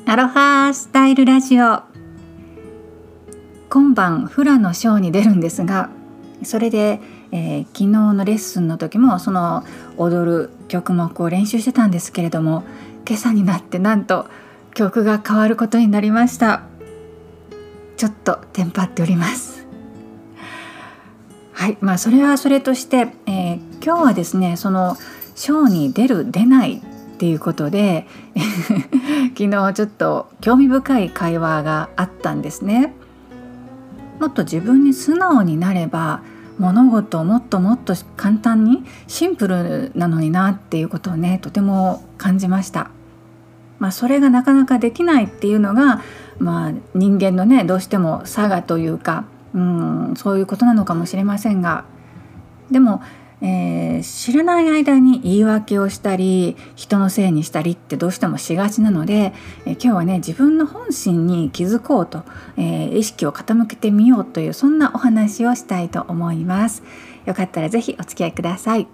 アロハスタイルラジオ。今晩フラのショーに出るんですが、それで、昨日のレッスンの時もその踊る曲目を練習してたんですけれども、今朝になってなんと曲が変わることになりました。ちょっとテンパっております。はい、それはそれとして、今日はですね、そのショーに出る出ないっていうことで昨日ちょっと興味深い会話があったんですね。もっと自分に素直になれば物事をもっと簡単にシンプルなのになっていうことをね、とても感じました。それがなかなかできないっていうのが、人間のね、どうしても差がというか、そういうことなのかもしれませんが、でも知らない間に言い訳をしたり人のせいにしたりってどうしてもしがちなので、今日はね、自分の本心に気づこうと、意識を傾けてみようという、そんなお話をしたいと思います。よかったらぜひお付き合いください。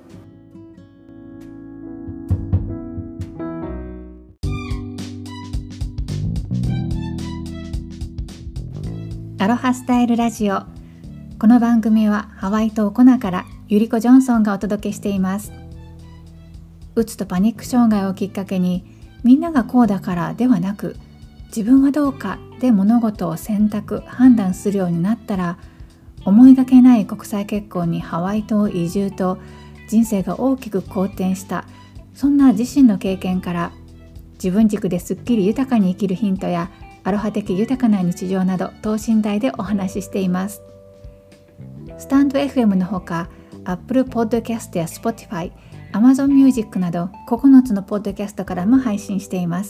アロハスタイルラジオ。この番組はハワイ島コナからゆりこジョンソンがお届けしています。うつとパニック障害をきっかけに、みんながこうだからではなく、自分はどうかで物事を判断するようになったら、思いがけない国際結婚にハワイ島移住と人生が大きく好転した、そんな自身の経験から自分軸ですっきり豊かに生きるヒントやアロハ的豊かな日常など、等身大でお話ししています。スタンド FM のほかApple Podcast や Spotify、Amazon Music など9つのポッドキャストからも配信しています。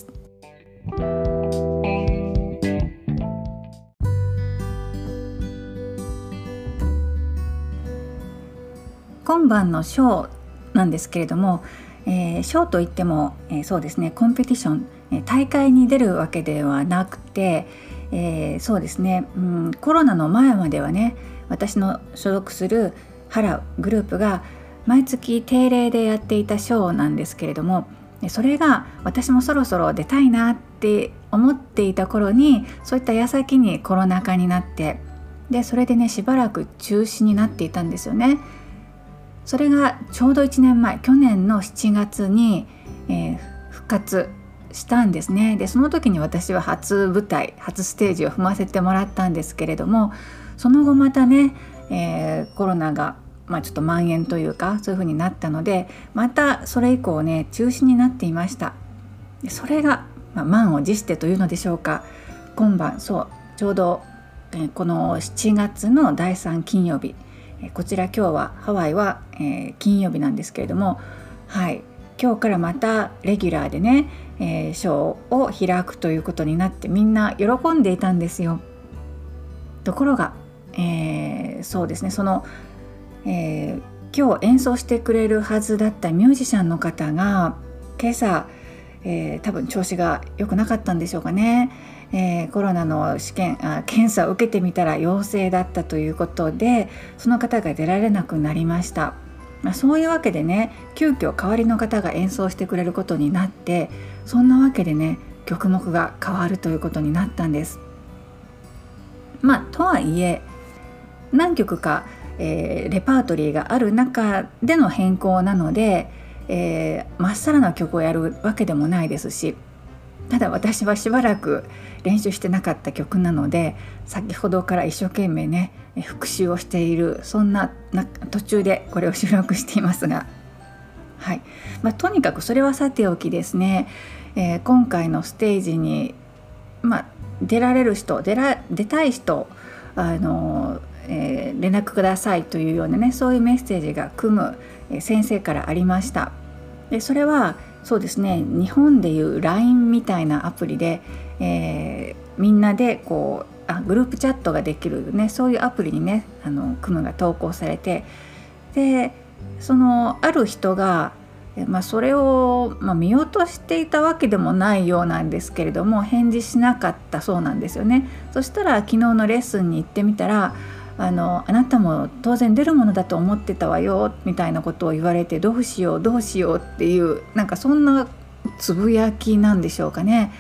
今晩のショーなんですけれども、ショーといっても、そうですね、コンペティション、大会に出るわけではなくて、そうですね、コロナの前まではね、私の所属するハラグループが毎月定例でやっていたショーなんですけれども、それが私もそろそろ出たいなって思っていた頃に、そういった矢先にコロナ禍になって、でそれでね、しばらく中止になっていたんですよね。それがちょうど1年前、去年の7月に、復活したんですね。でその時に私は初舞台、初ステージを踏ませてもらったんですけれども、その後またね、コロナが、ちょっと蔓延というか、そういう風になったので、またそれ以降ね、中止になっていました。でそれが、満を持してというのでしょうか、今晩、ちょうど、この7月の第3金曜日、こちら今日はハワイは、金曜日なんですけれども、はい、今日からまたレギュラーでね、ショーを開くということになって、みんな喜んでいたんですよ。ところが、そうですね、その、今日演奏してくれるはずだったミュージシャンの方が今朝、多分調子が良くなかったんでしょうかね。コロナの検査を受けてみたら陽性だったということで、その方が出られなくなりました。そういうわけでね、急遽代わりの方が演奏してくれることになって、そんなわけでね、曲目が変わるということになったんです。とはいえ何曲か、レパートリーがある中での変更なので、まっさらな曲をやるわけでもないですし、ただ私はしばらく練習してなかった曲なので、先ほどから一生懸命ね、復習をしている、そんな途中でこれを収録していますが、はい、とにかくそれはさておきですね、今回のステージに、出られる人、出たい人、連絡くださいというようなね、そういうメッセージが先生からありました。でそれはそうですね、日本でいう LINE みたいなアプリで、みんなでグループチャットができるね、そういうアプリにね、が投稿されて、である人が、それを、見落としていたわけでもないようなんですけれども、返事しなかったそうなんですよね。そしたら昨日のレッスンに行ってみたら、あなたも当然出るものだと思ってたわよみたいなことを言われて、どうしようっていう、そんなつぶやきなんでしょうかね、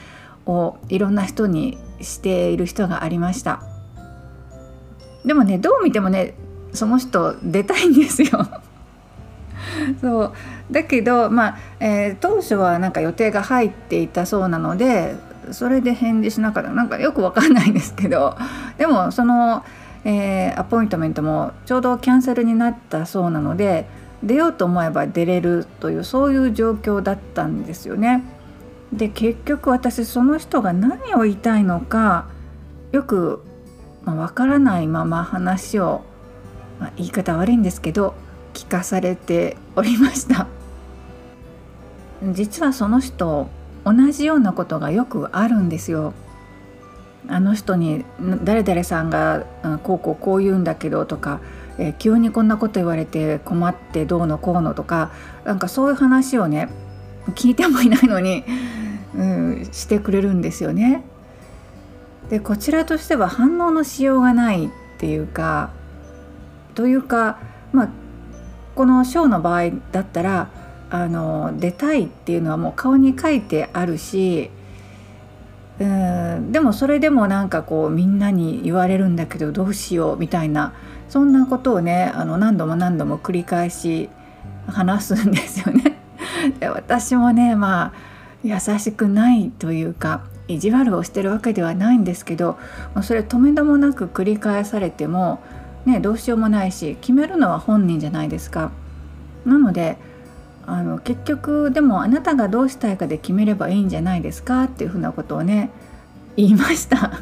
をいろんな人にしている人がありました。でもね、どう見てもねその人出たいんですよそうだけど、当初はなんか予定が入っていたそうなので、それで返事しなかった、なんかよくわかんないんですけど、でもその、アポイントメントもちょうどキャンセルになったそうなので、出ようと思えば出れるという、そういう状況だったんですよね。で結局私その人が何を言いたいのかよくわからないまま話を、言い方悪いんですけど聞かされておりました。実はその人同じようなことがよくあるんですよ。あの人に誰々さんがこう言うんだけどとか、急にこんなこと言われて困ってどうのこうのとか、なんかそういう話をね聞いてもいないのに、してくれるんですよね。でこちらとしては反応のしようがないっていうか、このショーの場合だったら出たいっていうのはもう顔に書いてあるし、でもそれでもなんかこうみんなに言われるんだけどどうしようみたいな、そんなことをね何度も繰り返し話すんですよねで私もね優しくないというか意地悪をしてるわけではないんですけど、それ止めどもなく繰り返されてもどうしようもないし、決めるのは本人じゃないですか。なので結局でもあなたがどうしたいかで決めればいいんじゃないですかっていうふうなことをね言いました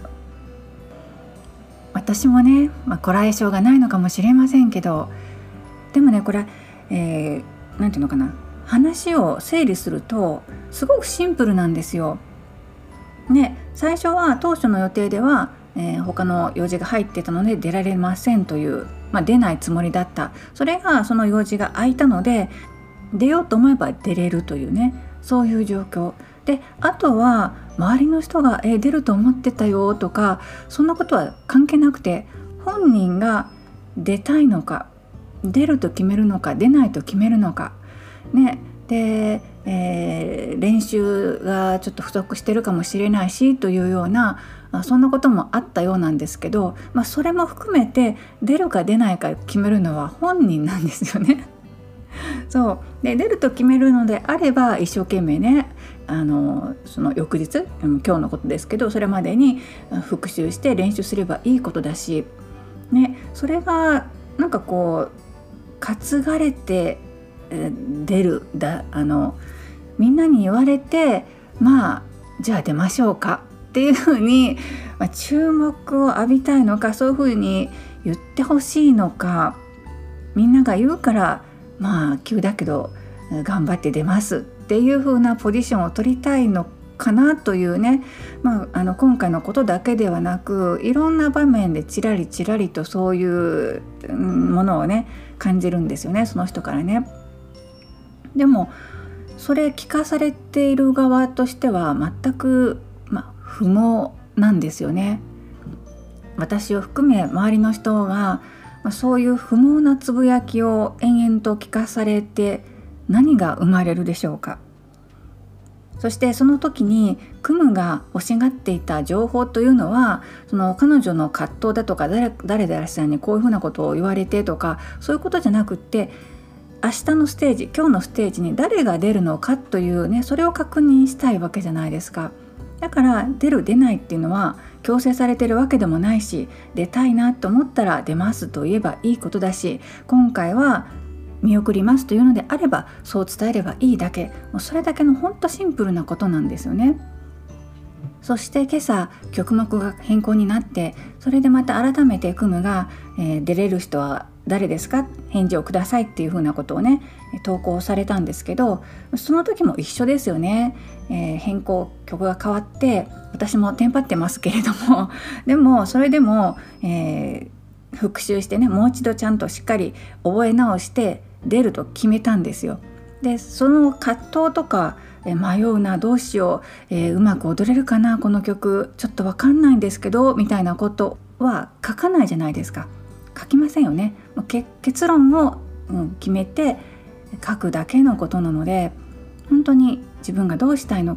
私もね、こらえ性がないのかもしれませんけど、でもねこれ、なんていうのかな、話を整理するとすごくシンプルなんですよ。最初は当初の予定では、他の用事が入ってたので出られませんという、出ないつもりだった。それがその用事が空いたので出ようと思えば出れるというね、そういう状況で、あとは周りの人が出ると思ってたよとか、そんなことは関係なくて、本人が出たいのか、出ると決めるのか、出ないと決めるのかで、練習がちょっと不足してるかもしれないしというような、そんなこともあったようなんですけど、それも含めて出るか出ないか決めるのは本人なんですよねそうで、出ると決めるのであれば一生懸命ね、その翌日、今日のことですけど、それまでに復習して練習すればいいことだし、それがなんかこう担がれて出るみんなに言われてじゃあ出ましょうかっていうふうに、注目を浴びたいのか、そういうふうに言ってほしいのか、みんなが言うから急だけど頑張って出ますっていう風なポジションを取りたいのかなというね、今回のことだけではなく、いろんな場面でちらりちらりとそういうものをね感じるんですよね、その人からね。でもそれ聞かされている側としては全く、不毛なんですよね。私を含め周りの人がそういう不毛なつぶやきを延々と聞かされて何が生まれるでしょうか。そしてその時にクムが欲しがっていた情報というのは、その彼女の葛藤だとか、誰々さんにこういうふうなことを言われてとか、そういうことじゃなくって、明日のステージ、今日のステージに誰が出るのかというね、それを確認したいわけじゃないですか。だから出る出ないっていうのは強制されてるわけでもないし、出たいなと思ったら出ますと言えばいいことだし、今回は見送りますというのであればそう伝えればいいだけ、もうそれだけの本当シンプルなことなんですよね。そして今朝曲目が変更になって、それでまた改めてクムが、出れる人は誰ですか、返事をくださいっていうふうなことをね投稿されたんですけど、その時も一緒ですよね。変更、曲が変わって私もテンパってますけれども、でもそれでも、復習してね、もう一度ちゃんとしっかり覚え直して出ると決めたんですよ。でその葛藤とか迷うな、どうしよう、うまく踊れるかな、この曲ちょっと分かんないんですけどみたいなことは書かないじゃないですか。書きませんよね。結論を、決めて書くだけのことなので、本当に自分がどうしたいのか、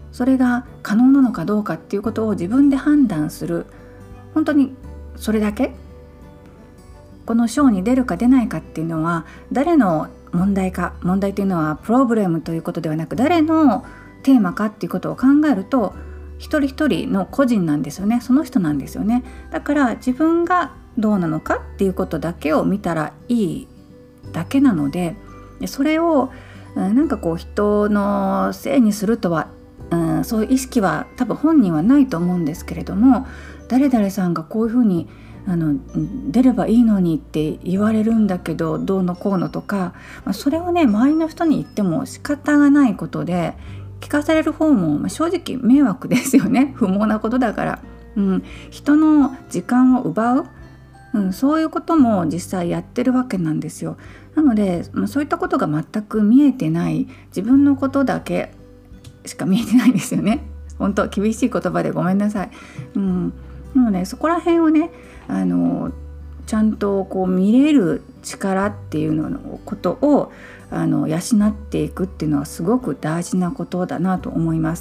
それが可能なのかどうかっていうことを自分で判断する、本当にそれだけ。このショーに出るか出ないかっていうのは誰の問題か、問題というのはプロブレムということではなく、誰のテーマかっていうことを考えると、一人一人の個人なんですよね。その人なんですよね。だから自分がどうなのかっていうことだけを見たらいいだけなので、それをなんかこう人のせいにするとは、そういう意識は多分本人はないと思うんですけれども、誰々さんがこういうふうに出ればいいのにって言われるんだけどどうのこうのとか、それをね周りの人に言っても仕方がないことで、聞かされる方も正直迷惑ですよね。不毛なことだから、人の時間を奪う、そういうことも実際やってるわけなんですよ。なので、そういったことが全く見えてない、自分のことだけしか見えてないんですよね。本当厳しい言葉でごめんなさい。なのでそこら辺をねちゃんとこう見れる力っていうのことを養っていくっていうのはすごく大事なことだなと思います。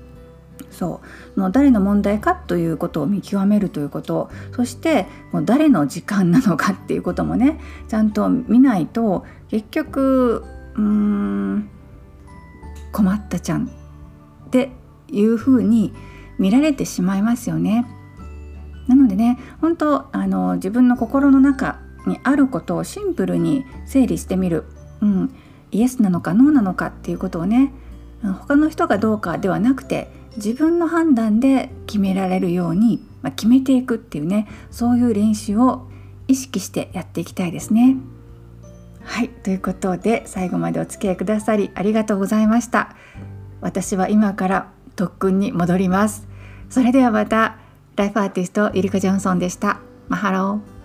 誰の問題かということを見極めるということ、そしてもう誰の時間なのかっていうこともねちゃんと見ないと、結局困ったちゃんっていうふうに見られてしまいますよね。なのでね、本当自分の心の中にあることをシンプルに整理してみる、イエスなのかノーなのかっていうことをね、他の人がどうかではなくて自分の判断で決められるように、決めていくっていうね、そういう練習を意識してやっていきたいですね。はい、ということで最後までお付き合いくださりありがとうございました。私は今から特訓に戻ります。それではまた。ライフアーティストゆりかジョンソンでした。マハロー。